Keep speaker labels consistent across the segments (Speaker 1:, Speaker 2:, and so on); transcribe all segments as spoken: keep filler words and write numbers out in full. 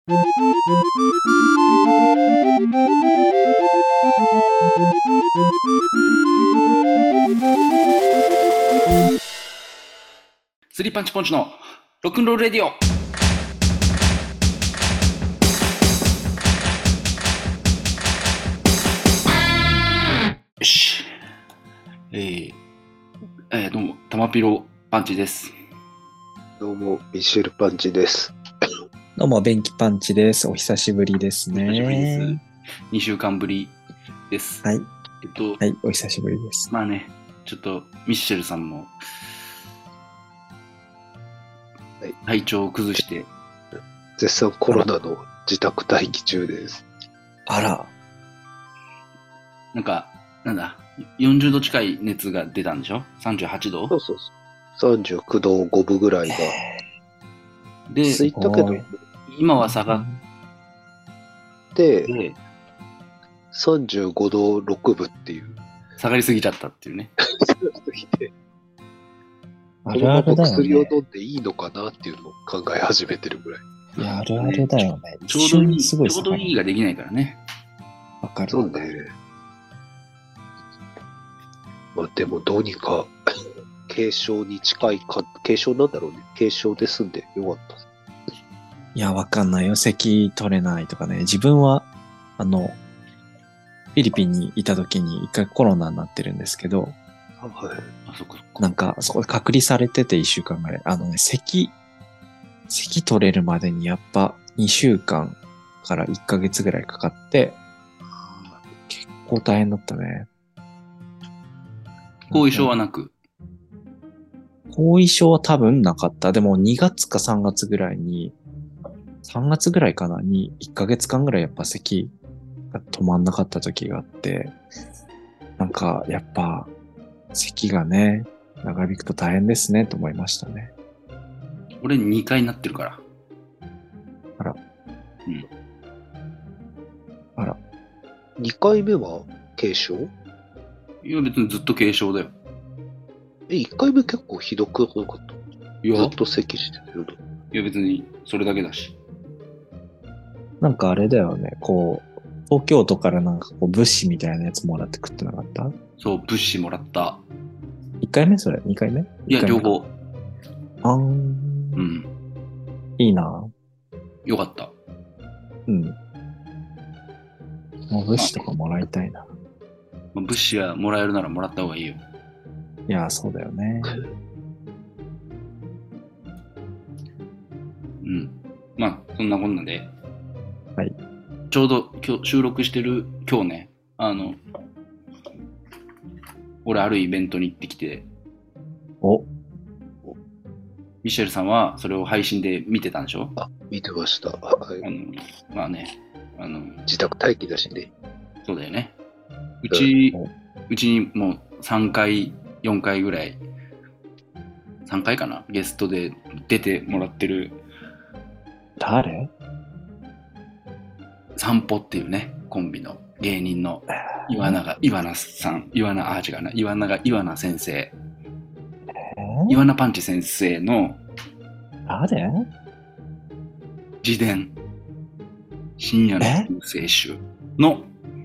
Speaker 1: スリーパンチポンチのロックンロールレディオ。よし。えー、えー、どうも、たまぴろパンチです。
Speaker 2: どうも、ミシェルパンチです。
Speaker 3: どうも、便器パンチです。お久しぶりですね。
Speaker 1: お久しぶりです。にしゅうかんぶりです。
Speaker 3: はい。
Speaker 1: えっと、
Speaker 3: はい、お久しぶりです。
Speaker 1: まあね、ちょっとミッシェルさんも、はい、体調を崩して、
Speaker 2: 絶賛コロナの自宅待機中です。
Speaker 3: あら。
Speaker 1: なんか、なんだ、よんじゅうど近い熱が出たんでしょ ?さんじゅうはち 度
Speaker 2: そうそうそう。さんじゅうきゅうどごぶぐらいが。
Speaker 1: で、
Speaker 2: ついたけど、
Speaker 1: 今は下がって、
Speaker 2: で、さんじゅうごどろくぶっていう。
Speaker 1: 下がりすぎちゃったっていうね。
Speaker 2: 下がりすぎて。
Speaker 3: あるあるだよね。
Speaker 2: 薬を飲んでいいのかなっていうのを考え始めてるぐらい。
Speaker 3: いや、あるあるだよね。
Speaker 1: ちょうどいい、
Speaker 3: すごい
Speaker 1: ちょうどいいができないからね。
Speaker 3: わかる。
Speaker 2: そうね。まあでもどうにか軽症に近いか、軽症なんだろうね。軽症で済んでよかった。
Speaker 3: いや、わかんないよ。咳取れないとかね。自分は、あの、フィリピンにいた時に一回コロナになってるんですけど、
Speaker 2: はい。
Speaker 1: あ、そっかそっか。
Speaker 3: なんか、そこで隔離されてて一週間ぐらい。あのね、咳、咳取れるまでにやっぱにしゅうかんからいっかげつぐらいかかって、結構大変だったね。
Speaker 1: 後遺症はなく。
Speaker 3: 後遺症は多分なかった。でもにがつかさんがつぐらいに、さんがつぐらいかなにいっかげつかんぐらいやっぱ咳が止まんなかった時があって、なんかやっぱ咳がね、長引くと大変ですねと思いましたね。
Speaker 1: 俺にかいなってるから。
Speaker 3: あら。
Speaker 1: うん。
Speaker 3: あら。
Speaker 2: にかいめは軽症？
Speaker 1: いや別にずっと軽症だよ。
Speaker 2: え、いっかいめ結構ひどくなかった？
Speaker 1: いや、
Speaker 2: ずっと咳してるの？
Speaker 1: いや別にそれだけだし。
Speaker 3: なんかあれだよね、こう、東京都からなんかこう物資みたいなやつもらって食ってなかった？
Speaker 1: そう、物資もらった。
Speaker 3: いっかいめそれ ?に 回目？
Speaker 1: いや、両方。
Speaker 3: あー。うん。いいな。
Speaker 1: よかった。
Speaker 3: うん。もう物資とかもらいたいな。
Speaker 1: まあ、物資はもらえるならもらった方がいいよ。
Speaker 3: いや、そうだよね。
Speaker 1: うん。まあ、そんなこんなで。
Speaker 3: はい。
Speaker 1: ちょうど今日収録してる今日ね、あの、俺あるイベントに行ってきて、
Speaker 3: お
Speaker 1: ミシェルさんはそれを配信で見てたんでしょ？
Speaker 2: あ、見てました。はい。
Speaker 1: あの、まあね、あの、
Speaker 2: 自宅待機だしね。
Speaker 1: そうだよね。うち、うちにもうさんかい、よんかいぐらい、さんかいかな、ゲストで出てもらってる。
Speaker 3: 誰？
Speaker 1: 散歩っていうね、コンビの芸人の岩永、岩名さん、岩名、あ、違うな、岩永、岩名先生。岩名パンチ先生の
Speaker 3: 誰？
Speaker 1: 自伝深夜の救世主の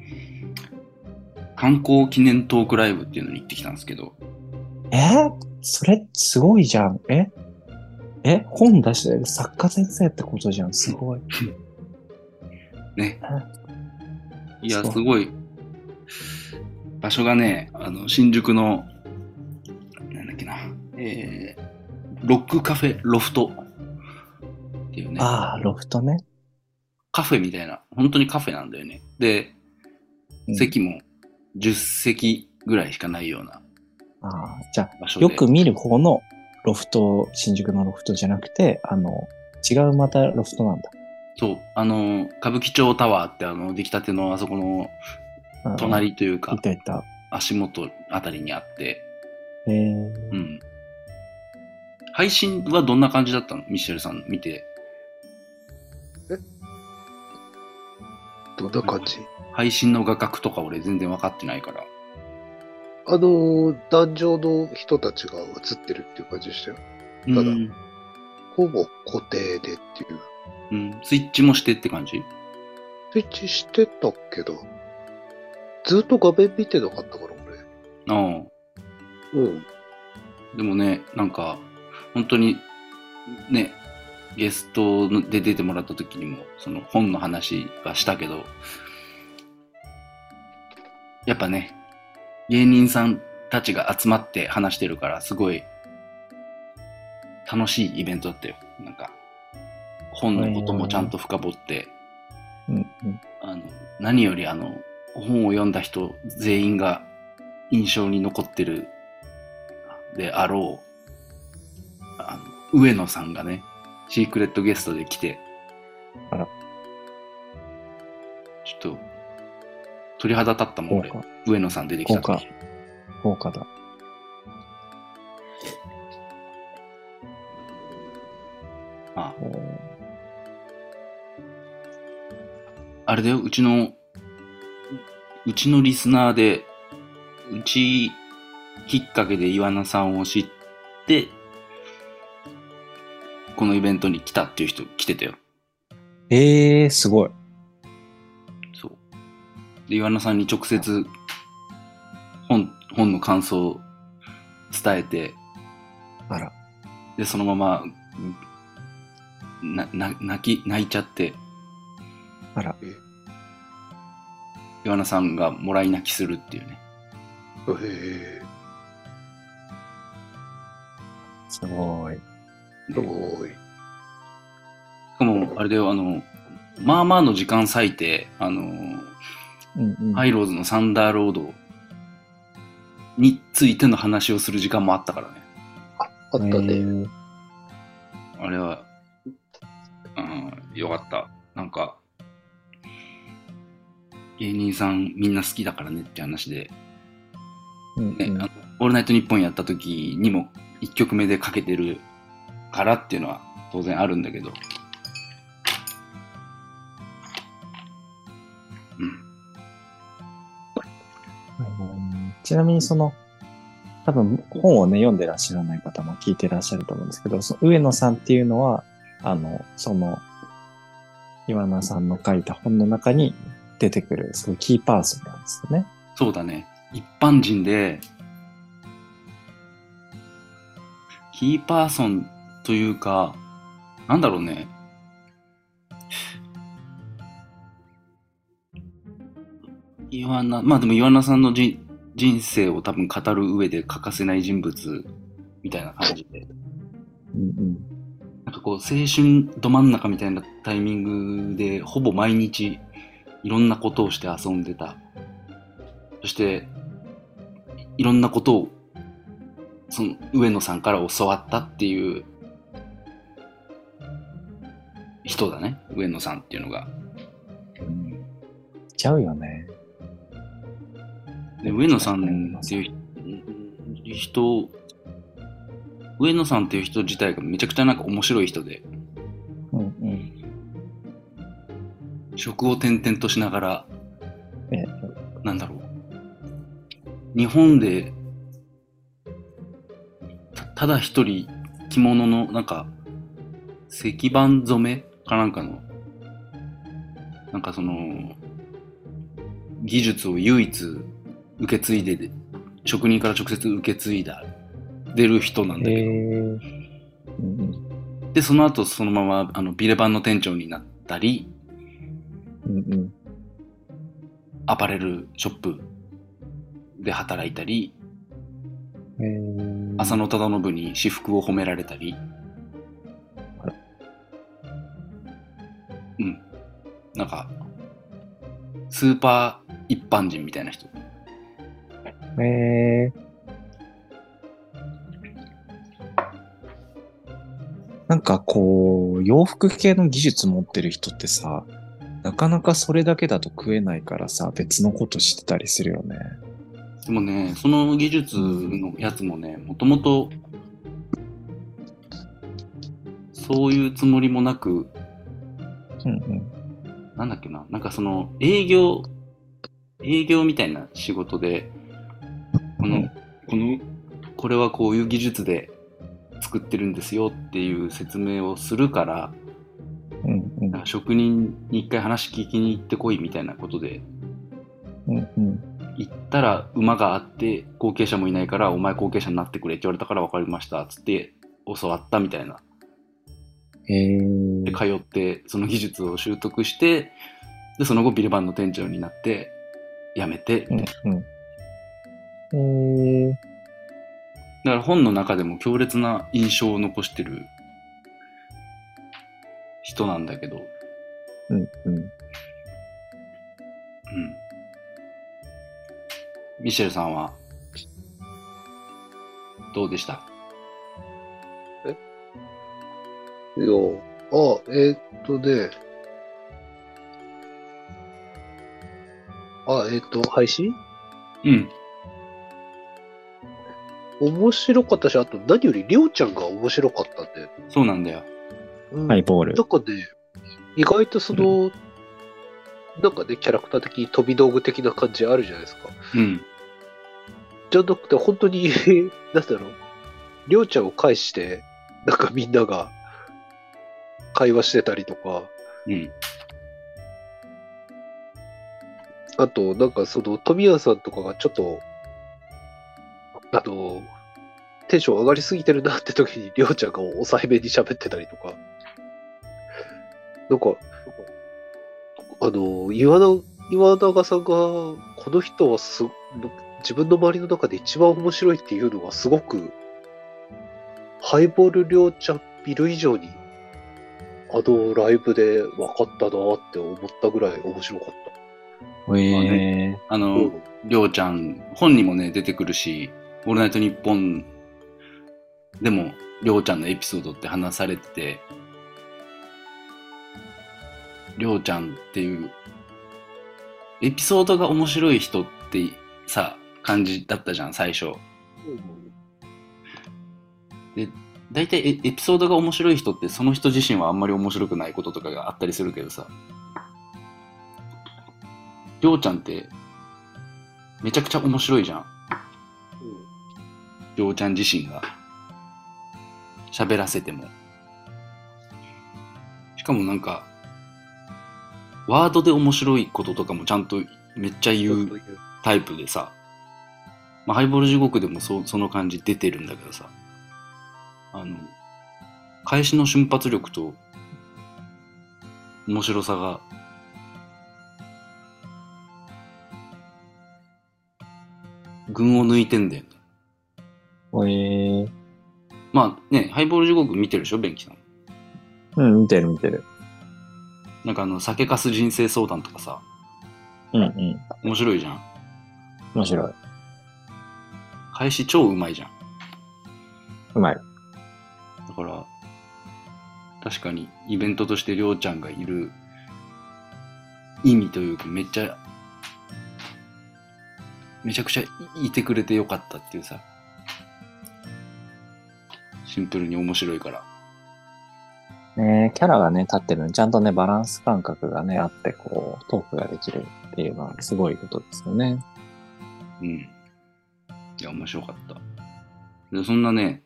Speaker 1: 観光記念トークライブっていうのに行ってきたんですけど。
Speaker 3: えー、それすごいじゃん。ええ本出してる作家先生ってことじゃん。すごい。
Speaker 1: ね。いや、すごい。場所がね、あの、新宿の、なんだっけな、えー、ロックカフェロフトっていうね。
Speaker 3: ああ、ロフトね。
Speaker 1: カフェみたいな、本当にカフェなんだよね。で、うん、席もじゅっせきぐらいしかないような。
Speaker 3: ああ、じゃあ、よく見る方のロフト、新宿のロフトじゃなくて、あの、違うまたロフトなんだ。
Speaker 1: そう、あの、歌舞伎町タワーってあの、出来たてのあそこの隣というか、
Speaker 3: うん、いたいた
Speaker 1: 足元あたりにあって。
Speaker 3: へえ。
Speaker 1: うん。配信はどんな感じだったの？ミシェルさん見て。
Speaker 2: えどんな感じ？
Speaker 1: 配信の画角とか俺全然分かってないから。
Speaker 2: あのー、壇上の人たちが映ってるっていう感じでしたよ。ただ、ほぼ固定でっていう。
Speaker 1: うん。スイッチもしてって感じ？
Speaker 2: スイッチしてたけど、ずっと画面見てなかったから、
Speaker 1: ああ。
Speaker 2: 俺。うん。
Speaker 1: でもね、なんか、本当に、ね、ゲストで出てもらった時にも、その本の話はしたけど、やっぱね、芸人さんたちが集まって話してるから、すごい楽しいイベントだったよ。なんか、本のこともちゃんと深掘って、
Speaker 3: うんうん。
Speaker 1: あの、何よりあの、本を読んだ人全員が印象に残ってるであろう、あの、上野さんがね、シークレットゲストで来て、
Speaker 3: あら。
Speaker 1: ちょっと、鳥肌立ったもん、俺。
Speaker 3: 豪華。
Speaker 1: 上野さん出てきた
Speaker 3: 豪華
Speaker 1: 時。
Speaker 3: 豪華だ。
Speaker 1: あ
Speaker 3: おー
Speaker 1: あれだよ、うちの、うちのリスナーで、うちきっかけで岩名さんを知って、このイベントに来たっていう人来てたよ。
Speaker 3: えー、すごい。
Speaker 1: そう。で、岩名さんに直接本、本の感想を伝えて、
Speaker 3: あら。
Speaker 1: で、そのまま、な、な、泣き、泣いちゃって、
Speaker 3: あら。
Speaker 1: 岩名さんがもらい泣きするっていうね。
Speaker 2: へ
Speaker 3: すごい。
Speaker 2: え、すごい。
Speaker 1: しかも、あれだよ、あの、まあまあの時間割いて、あの、
Speaker 3: うんうん。
Speaker 1: ハイローズのサンダーロードについての話をする時間もあったからね。
Speaker 2: あったね。
Speaker 3: えー
Speaker 1: あれは、うん、よかった。なんか、芸人さんみんな好きだからねって話で、ね、
Speaker 3: うんうん
Speaker 1: あのオールナイトニッポンやった時にもいっきょくめでかけてるからっていうのは当然あるんだけど、うん。
Speaker 3: うんちなみにその、多分本をね、読んでらっしゃらない方も聞いてらっしゃると思うんですけど、その上野さんっていうのは、あの、その、岩名さんの書いた本の中に出てくる、すごいキーパーソンなんですよね。
Speaker 1: そうだね。一般人で、キーパーソンというか、なんだろうね。岩名、まあでも岩名さんのじ人生を多分語る上で欠かせない人物みたいな感じで。
Speaker 3: うんうん。
Speaker 1: なんかこう青春ど真ん中みたいなタイミングでほぼ毎日いろんなことをして遊んでた。そしていろんなことをその上野さんから教わったっていう人だね。上野さんっていうのが。
Speaker 3: うんちゃうよね。
Speaker 1: で上野さんっていう人、上野さんっていう人自体がめちゃくちゃなんか面白い人で、
Speaker 3: うんうん。
Speaker 1: 職を転々としながら、
Speaker 3: え
Speaker 1: なんだろう。日本でたただ一人着物のなんか石板染めかなんかのなんかその技術を唯一受け継いでで職人から直接受け継いだ出る人なんだけど、
Speaker 3: えーうんうん
Speaker 1: でその後そのままあのビレバンの店長になったり、
Speaker 3: うんうん
Speaker 1: アパレルショップで働いたり、
Speaker 3: えー
Speaker 1: 浅野忠信に私服を褒められたり、
Speaker 3: あら
Speaker 1: うんなんかスーパー一般人みたいな人。
Speaker 3: えーなんかこう、洋服系の技術持ってる人ってさ、なかなかそれだけだと食えないからさ、別のことしてたりするよね。
Speaker 1: でもね、その技術のやつもね、もともとそういうつもりもなく、
Speaker 3: うんうん。
Speaker 1: なんだっけな、なんかその営業、営業みたいな仕事で、この、
Speaker 3: うん
Speaker 1: この、これはこういう技術で作ってるんですよっていう説明をするから、
Speaker 3: うんう
Speaker 1: 職人に一回話聞きに行ってこいみたいなことで、
Speaker 3: うんうん。
Speaker 1: 行ったら馬があって後継者もいないからお前後継者になってくれって言われたから分かりましたっつって教わったみたいな。
Speaker 3: へえ。
Speaker 1: で通ってその技術を習得して、でその後ビレバンの店長になって辞めて、
Speaker 3: うんうん。へえ。
Speaker 1: だから本の中でも強烈な印象を残してる人なんだけど、
Speaker 3: うんうん。
Speaker 1: うん。ミシェルさんはどうでした？
Speaker 2: いや、あ、えーっとね、あ、えーっと、配信
Speaker 1: うん。
Speaker 2: 面白かったし、あと何よりりょうちゃんが面白かったんで。
Speaker 1: そうなんだよ。
Speaker 2: うん、
Speaker 3: ハイボール。
Speaker 2: なんかね、意外とその、なんかね、キャラクター的に飛び道具的な感じあるじゃないですか。
Speaker 1: うん。
Speaker 2: じゃなくて、本当に、なんだろう、りょうちゃんを介して、なんかみんなが会話してたりとか、
Speaker 1: うん。
Speaker 2: あと、なんかその、富谷さんとかがちょっと、あの、テンション上がりすぎてるなって時に、りょうちゃんが抑えめに喋ってたりとか、なんか、あの、岩永岩永さんが、この人はす、自分の周りの中で一番面白いっていうのがすごく、ハイボールりょうちゃん見る以上に、あのライブで分かったなって思ったぐらい面白かっ
Speaker 3: へえ。
Speaker 2: た。
Speaker 1: あの、
Speaker 2: うん
Speaker 1: りょうちゃん、本にもね、出てくるし、オールナイトニッポンでも、りょうちゃんのエピソードって話されてて、りょうちゃんっていう、エピソードが面白い人ってさ、感じだったじゃん、最初。で、大体エエピソードが面白い人って、その人自身はあんまり面白くないこととかがあったりするけどさ、りょうちゃんって、めちゃくちゃ面白いじゃん。りょうちゃん自身が。喋らせても。しかもなんか、ワードで面白いこととかもちゃんとめっちゃ言うタイプでさ、まあ、ハイボール地獄でもそその感じ出てるんだけどさ、あの、返しの瞬発力と面白さが、群を抜いてんだよね。
Speaker 3: へえ。
Speaker 1: まあね、ハイボール地獄見てるでしょ、ベンキさん。
Speaker 3: うん、見てる見てる。
Speaker 1: なんかあの、酒粕人生相談とかさ、
Speaker 3: うんうん。
Speaker 1: 面白いじゃん。
Speaker 3: 面白い。
Speaker 1: 返し超うまいじゃん。
Speaker 3: うまい。
Speaker 1: だから、確かにイベントとしてりょうちゃんがいる意味というか、めっちゃ、めちゃくちゃいてくれてよかったっていうさ、シンプルに面白いから。
Speaker 3: ねキャラがね、立ってるのに、ちゃんとね、バランス感覚がね、あって、こう、トークができるっていうのはすごいことですよね。
Speaker 1: うん。いや、面白かった。で、そんなね、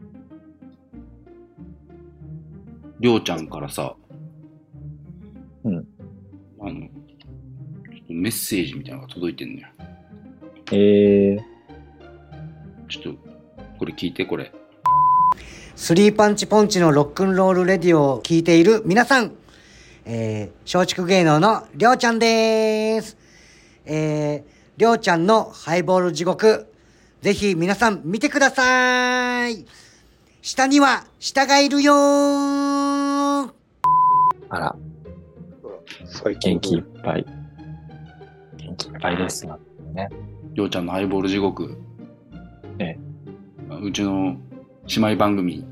Speaker 1: りょうちゃんからさ、
Speaker 3: うん。
Speaker 1: あの、ちょっとメッセージみたいなのが届いてんのよ。
Speaker 3: えー、
Speaker 1: ちょっと、これ聞いて、これ。
Speaker 4: スリーパンチポンチのロックンロールレディオを聞いている皆さん、えー、松竹芸能のりょうちゃんでーす。えー、りょうちゃんのハイボール地獄、ぜひ皆さん見てください。下には下がいるよー。
Speaker 3: あら、
Speaker 2: 最高
Speaker 3: 元気いっぱい。元気いっぱいですよね。
Speaker 1: りょうちゃんのハイボール地獄。
Speaker 3: ええ。
Speaker 1: うちの姉妹番組。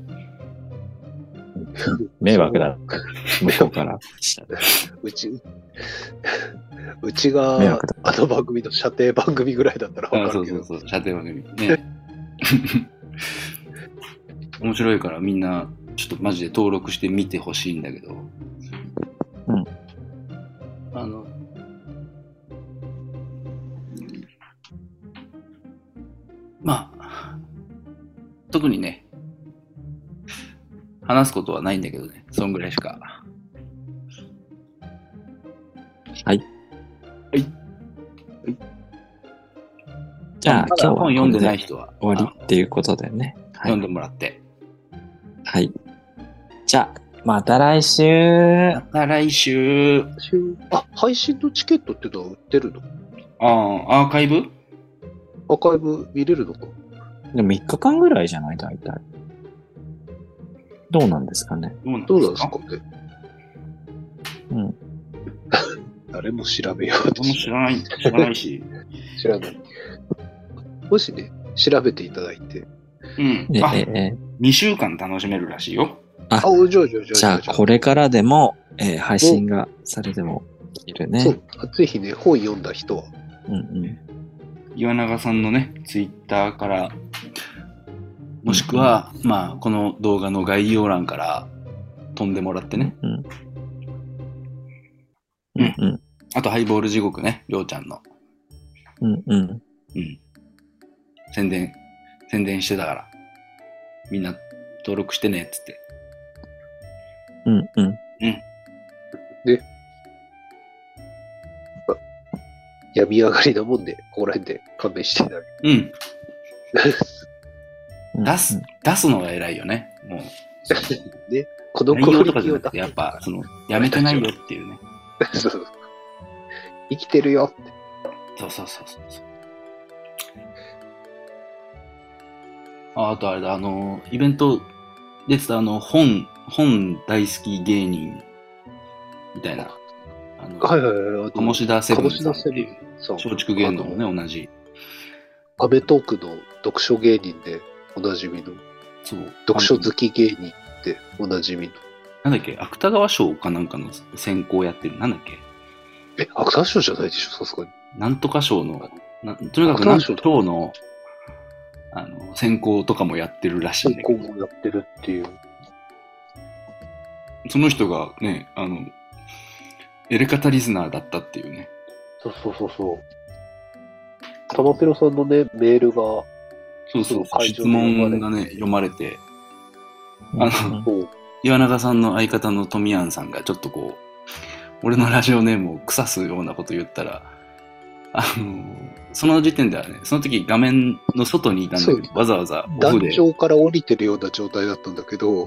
Speaker 3: 迷惑だ。向こうから。
Speaker 2: うち、うち
Speaker 3: 迷
Speaker 2: が
Speaker 3: 惑だ
Speaker 2: あの番組の射程番組ぐらいだったらわ
Speaker 1: あ
Speaker 2: かるけど。
Speaker 1: そうそうそう、射程番組。ね。面白いからみんな、ちょっとマジで登録して見てほしいんだけど。
Speaker 3: うん。
Speaker 1: あの、まあ、特にね、話すことはないんだけどね、そんぐらいしか。
Speaker 3: はい。
Speaker 1: はい。
Speaker 3: じゃあ、
Speaker 1: まだ
Speaker 3: 今日は
Speaker 1: 本読んでない
Speaker 3: こ
Speaker 1: 人は
Speaker 3: れで終わりっていうことでね。はい
Speaker 1: 読ん。でもらって。
Speaker 3: はい。じゃあ、また来週。
Speaker 1: また来週。
Speaker 2: あ、配信のチケットってのは売ってるの？
Speaker 1: ああ、アーカイブ
Speaker 2: アーカイブ見れるのか？
Speaker 3: でもみっかかんぐらいじゃない大体。どうなんですかね。
Speaker 1: どうなん
Speaker 2: どうなん
Speaker 1: でか
Speaker 2: ですすかね。
Speaker 3: うん。
Speaker 2: 誰も調べようと
Speaker 1: 俺も知らない、知らないし。
Speaker 2: 知らない。もしね、調べていただいて。
Speaker 1: うん。
Speaker 3: え、
Speaker 1: あ、
Speaker 3: え、え。
Speaker 1: にしゅうかん楽しめるらしいよ。
Speaker 3: あ
Speaker 2: あ、、おじゃあじゃあじゃあ
Speaker 3: じゃあ、これからでも、えー配信がされてもいるね。
Speaker 2: そう。ぜひね、本読んだ人は。
Speaker 3: うんうん。
Speaker 1: 岩永さんのね、ツイッターから、もしくは、まあ、この動画の概要欄から飛んでもらってね。
Speaker 3: うん。うんうん。
Speaker 1: あと、ハイボール地獄ね、りょうちゃんの。
Speaker 3: うんうん。
Speaker 1: うん。宣伝、宣伝してたから。みんな登録してね、っつって。
Speaker 3: うんうん。
Speaker 2: 病み上がりなもんで、ここら辺で勘弁していただ
Speaker 1: うん。
Speaker 3: うん
Speaker 1: 出す、出すのが偉いよね。もう。
Speaker 2: けね。この
Speaker 1: 内容と
Speaker 2: クオリティを出
Speaker 1: かじゃなくて、やっぱ、その、やめてないよっていうね。
Speaker 2: そう生きてるよって。
Speaker 1: そうそうそうそうそう。あ、あとあれだ、あの、イベント出てたあの、本、本大好き芸人みたいな。あの、
Speaker 2: はいはいはい。
Speaker 1: 鴨志田セブンさん
Speaker 2: 鴨志田セブン
Speaker 1: っていう、
Speaker 2: そう。
Speaker 1: 松竹芸能のね、同じ。
Speaker 2: アメトークの読書芸人でおなじみの、
Speaker 1: そう。
Speaker 2: 読書好
Speaker 1: き。
Speaker 2: き芸人っておなじみの。
Speaker 1: なんだっけ、芥川賞かなんかの選考やってる。なんだっけ、
Speaker 2: え、芥川賞じゃないでしょ、さすがに。
Speaker 1: なんとか賞の、なとにかくなんとか賞の、あの、選考とかもやってるらしいんだけど、
Speaker 2: もやってるっていう。
Speaker 1: その人がね、あの、エレカタリスナーだったっていうね。
Speaker 2: そうそうそうそう。玉ペロさんのね、メールが、
Speaker 1: そうそう、質
Speaker 2: 会場で読まれ
Speaker 1: 問がね、読まれて、
Speaker 3: うん
Speaker 1: あの、
Speaker 2: そう、
Speaker 1: 岩永さんの相方の富安さんがちょっとこう、俺のラジオネームを腐すようなこと言ったら、あの、その時点ではね、その時画面の外にいたんだけど、
Speaker 2: そう
Speaker 1: わざわざオフ
Speaker 2: 壇
Speaker 1: で、
Speaker 2: 上から降りてるような状態だったんだけど、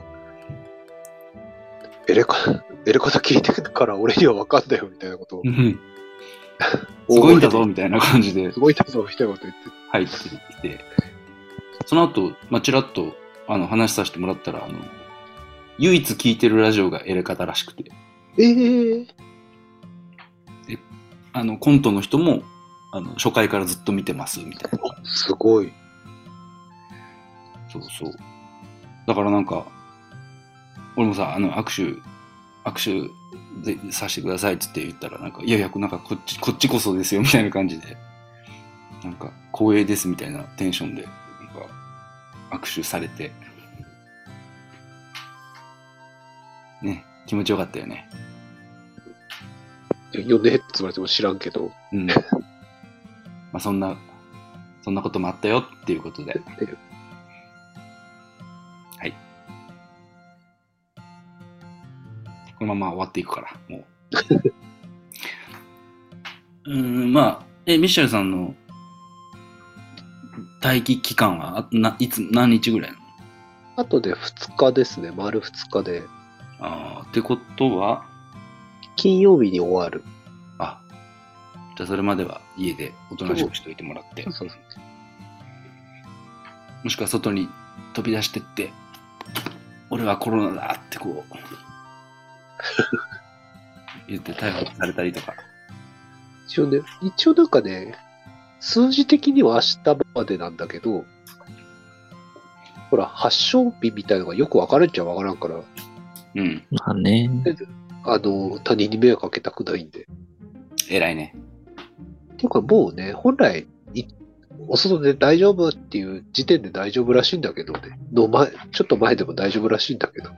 Speaker 2: エレカ、エレカタ聞いてるから俺には分かんないよみたいなことを
Speaker 1: う。んすごいんだぞみたいな感じです
Speaker 2: ごいんだぞみたいなこと言って。
Speaker 1: 入ってきて、その後、まあ、ちらっとあの話させてもらったら、あの、唯一聞いてるラジオがエレカタらしくて、
Speaker 2: えー、
Speaker 1: あの、コントの人も、あの、初回からずっと見てます、みたいな。
Speaker 2: すごい。
Speaker 1: そうそう。だからなんか、俺もさ、あの、握手、握手でさせてくださいって言ったら、なんか、いやいや、なんかこっち、こっちこそですよ、みたいな感じで、なんか、光栄ですみたいなテンションで、なんか、握手されて、ね、気持ちよかったよね。
Speaker 2: 呼んでって言われても知らんけど。
Speaker 1: うん。まあ、そんな、そんなこともあったよっていうことで。はい。このまま終わっていくから、もう。うーん、まあ、え、ミッシェルさんの待機期間は、あな、いつ、何日ぐらいなの？
Speaker 2: あとでふつかですね。丸ふつかで。
Speaker 1: ああ、ってことは、
Speaker 2: 金曜日に終わる。
Speaker 1: あ、じゃあそれまでは家でおとなしくしといてもらって、
Speaker 2: そうそう
Speaker 1: もしくは外に飛び出してって、俺はコロナだってこう、言って逮捕されたりとか。
Speaker 2: 一応ね、一応なんかね、数字的には明日までなんだけど、ほら、発症日みたいなのがよく分かるっちゃ分からんから、
Speaker 1: うん。
Speaker 3: まあね。
Speaker 2: あの、他人に迷惑かけたくないんで。
Speaker 1: 偉いね。
Speaker 2: っていうかもうね、本来、いお外で大丈夫っていう時点で大丈夫らしいんだけどね。の前、ちょっと前でも大丈夫らしいんだけど。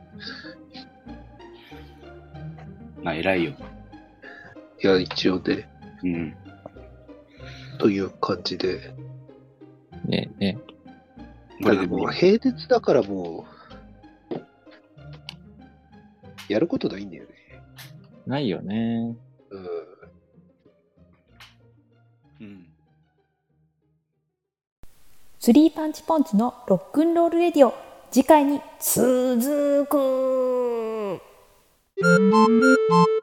Speaker 1: まあ偉いよ。
Speaker 2: いや、一応ね、
Speaker 1: うん。
Speaker 2: という感じで。
Speaker 3: ねね。
Speaker 1: これでも
Speaker 2: もう平日だからもう、やることないんだよね。
Speaker 3: ないよね。
Speaker 2: うん。
Speaker 1: うん。
Speaker 5: スリーパンチポンチのロックンロールレディオ、次回に続く。